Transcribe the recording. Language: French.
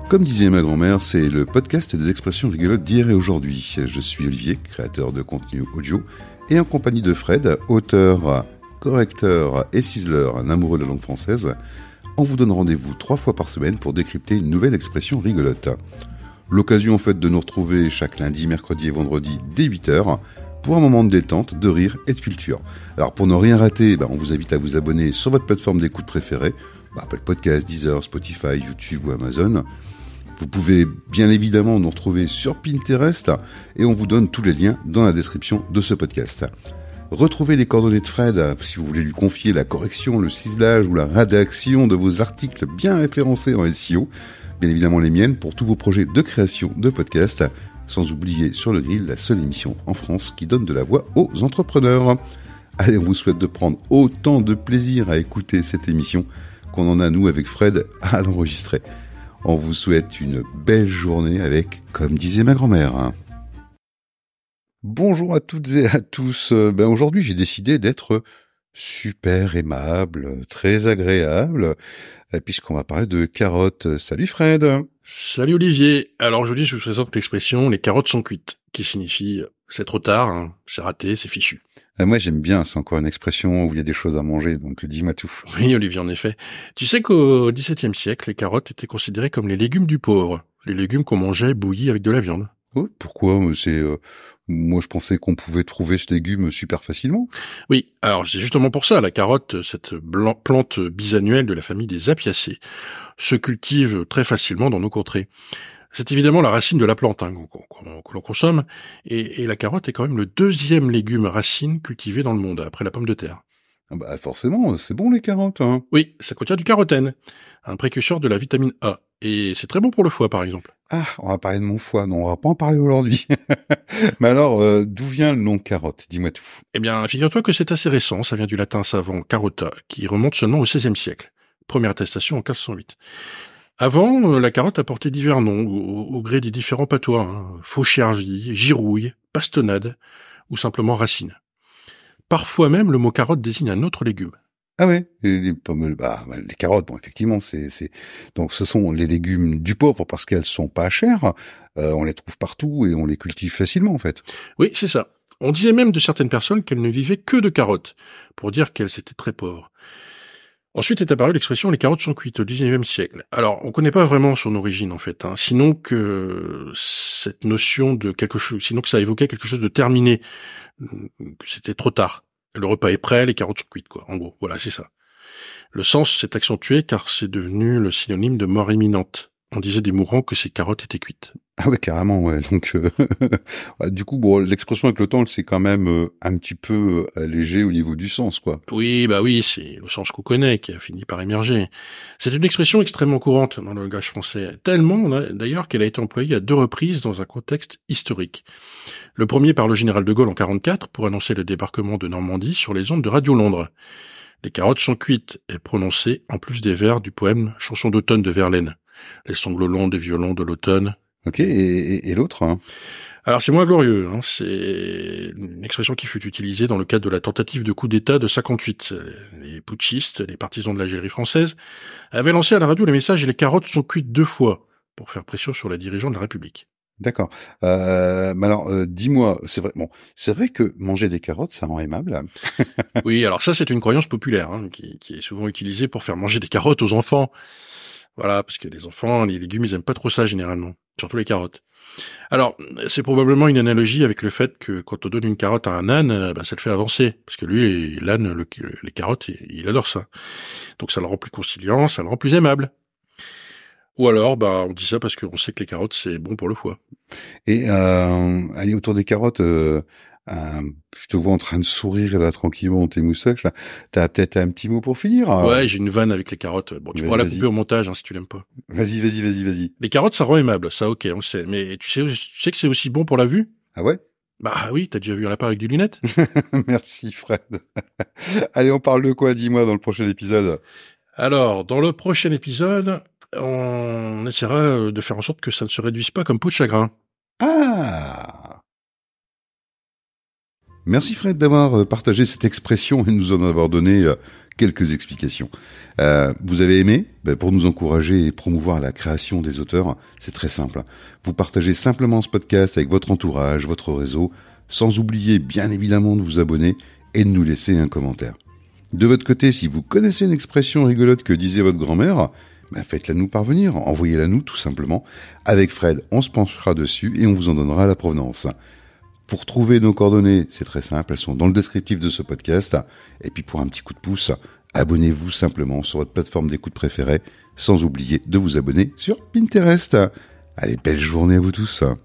Comme disait ma grand-mère, c'est le podcast des expressions rigolotes d'hier et aujourd'hui. Je suis Olivier, créateur de contenu audio, et en compagnie de Fred, auteur, correcteur et ciseleur, un amoureux de la langue française, on vous donne rendez-vous 3 fois par semaine pour décrypter une nouvelle expression rigolote. L'occasion en fait de nous retrouver chaque lundi, mercredi et vendredi dès 8h pour un moment de détente, de rire et de culture. Alors pour ne rien rater, on vous invite à vous abonner sur votre plateforme d'écoute préférée, Apple Podcasts, Deezer, Spotify, YouTube ou Amazon. Vous pouvez bien évidemment nous retrouver sur Pinterest et on vous donne tous les liens dans la description de ce podcast. Retrouvez les coordonnées de Fred si vous voulez lui confier la correction, le ciselage ou la rédaction de vos articles bien référencés en SEO. Bien évidemment les miennes pour tous vos projets de création de podcasts. Sans oublier sur le grill la seule émission en France qui donne de la voix aux entrepreneurs. Allez, on vous souhaite de prendre autant de plaisir à écouter cette émission qu'on en a nous avec Fred à l'enregistrer. On vous souhaite une belle journée avec, comme disait ma grand-mère. Bonjour à toutes et à tous. Aujourd'hui, j'ai décidé d'être super aimable, très agréable, puisqu'on va parler de carottes. Salut Fred. Salut Olivier. Alors aujourd'hui, je vous présente l'expression « les carottes sont cuites », qui signifie « c'est trop tard, c'est raté, c'est fichu ». Moi, j'aime bien, c'est encore une expression où il y a des choses à manger, donc dis-moi tout. Oui, Olivier, en effet. Tu sais qu'au XVIIe siècle, les carottes étaient considérées comme les légumes du pauvre, les légumes qu'on mangeait bouillis avec de la viande. Oh, pourquoi? Moi, je pensais qu'on pouvait trouver ce légume super facilement. Oui, alors c'est justement pour ça, la carotte, cette plante bisannuelle de la famille des Apiacées, se cultive très facilement dans nos contrées. C'est évidemment la racine de la plante que l'on consomme, et la carotte est quand même le deuxième légume racine cultivé dans le monde, après la pomme de terre. Forcément, c'est bon les carottes, hein. Oui, ça contient du carotène, un précurseur de la vitamine A, et c'est très bon pour le foie par exemple. Ah, on va parler de mon foie, non, on va pas en parler aujourd'hui. Mais alors, d'où vient le nom carotte? Dis-moi tout. Eh bien, figure-toi que c'est assez récent, ça vient du latin savant carota, qui remonte seulement au XVIe siècle. Première attestation en 1508. Avant, la carotte a porté divers noms, au gré des différents patois, fauchervie, girouille, pastonnade, ou simplement racine. Parfois même, le mot carotte désigne un autre légume. Ah ouais, les carottes, bon, effectivement, donc ce sont les légumes du pauvre parce qu'elles sont pas chères, on les trouve partout et on les cultive facilement, en fait. Oui, c'est ça. On disait même de certaines personnes qu'elles ne vivaient que de carottes, pour dire qu'elles étaient très pauvres. Ensuite est apparue l'expression « les carottes sont cuites » au XIXe siècle. Alors, on connaît pas vraiment son origine, en fait, sinon que cette notion de quelque chose, sinon que ça évoquait quelque chose de terminé, que c'était trop tard. Le repas est prêt, les carottes sont cuites, quoi. En gros, voilà, c'est ça. Le sens s'est accentué car c'est devenu le synonyme de mort imminente. On disait des mourants que ces carottes étaient cuites. Ah ouais, carrément, ouais. Donc, du coup, bon, l'expression avec le temps, c'est quand même un petit peu allégé au niveau du sens, quoi. Oui, c'est le sens qu'on connaît qui a fini par émerger. C'est une expression extrêmement courante dans le langage français, tellement d'ailleurs qu'elle a été employée à 2 reprises dans un contexte historique. Le premier par le général de Gaulle en 1944 pour annoncer le débarquement de Normandie sur les ondes de Radio Londres. Les carottes sont cuites est prononcé en plus des vers du poème Chanson d'automne de Verlaine. Les sanglots longs des violons de l'automne. Ok, et l'autre, hein? Alors c'est moins glorieux, c'est une expression qui fut utilisée dans le cadre de la tentative de coup d'État de 58. Les putschistes, les partisans de l'Algérie française, avaient lancé à la radio le message « Les carottes sont cuites 2 fois » pour faire pression sur les dirigeants de la République. D'accord. Mais alors, dis-moi, c'est vrai que manger des carottes, ça rend aimable. Oui, alors ça c'est une croyance populaire qui est souvent utilisée pour faire manger des carottes aux enfants. Voilà, parce que les enfants, les légumes, ils aiment pas trop ça généralement, surtout les carottes. Alors, c'est probablement une analogie avec le fait que quand on donne une carotte à un âne, ça le fait avancer, parce que lui, l'âne, les carottes, il adore ça. Donc ça le rend plus conciliant, ça le rend plus aimable. Ou alors, on dit ça parce qu'on sait que les carottes, c'est bon pour le foie. Et allez, autour des carottes, je te vois en train de sourire là tranquillement dans tes moustaches là. T'as peut-être un petit mot pour finir? Ouais, j'ai une vanne avec les carottes. Bon, tu pourras la couper au montage si tu l'aimes pas. Vas-y. Les carottes, ça rend aimable, ça ok, on le sait. Mais tu sais que c'est aussi bon pour la vue? Ah ouais? Bah oui, t'as déjà vu un lapin avec des lunettes? Merci Fred. Allez, on parle de quoi, dis-moi, dans le prochain épisode? Alors, dans le prochain épisode, on essaiera de faire en sorte que ça ne se réduise pas comme peau de chagrin. Ah! Merci Fred d'avoir partagé cette expression et nous en avoir donné quelques explications. Vous avez aimé ? Pour nous encourager et promouvoir la création des auteurs, c'est très simple. Vous partagez simplement ce podcast avec votre entourage, votre réseau, sans oublier bien évidemment de vous abonner et de nous laisser un commentaire. De votre côté, si vous connaissez une expression rigolote que disait votre grand-mère, faites-la nous parvenir, envoyez-la nous tout simplement. Avec Fred, on se penchera dessus et on vous en donnera la provenance. Pour trouver nos coordonnées, c'est très simple, elles sont dans le descriptif de ce podcast. Et puis pour un petit coup de pouce, abonnez-vous simplement sur votre plateforme d'écoute préférée, sans oublier de vous abonner sur Pinterest. Allez, belle journée à vous tous.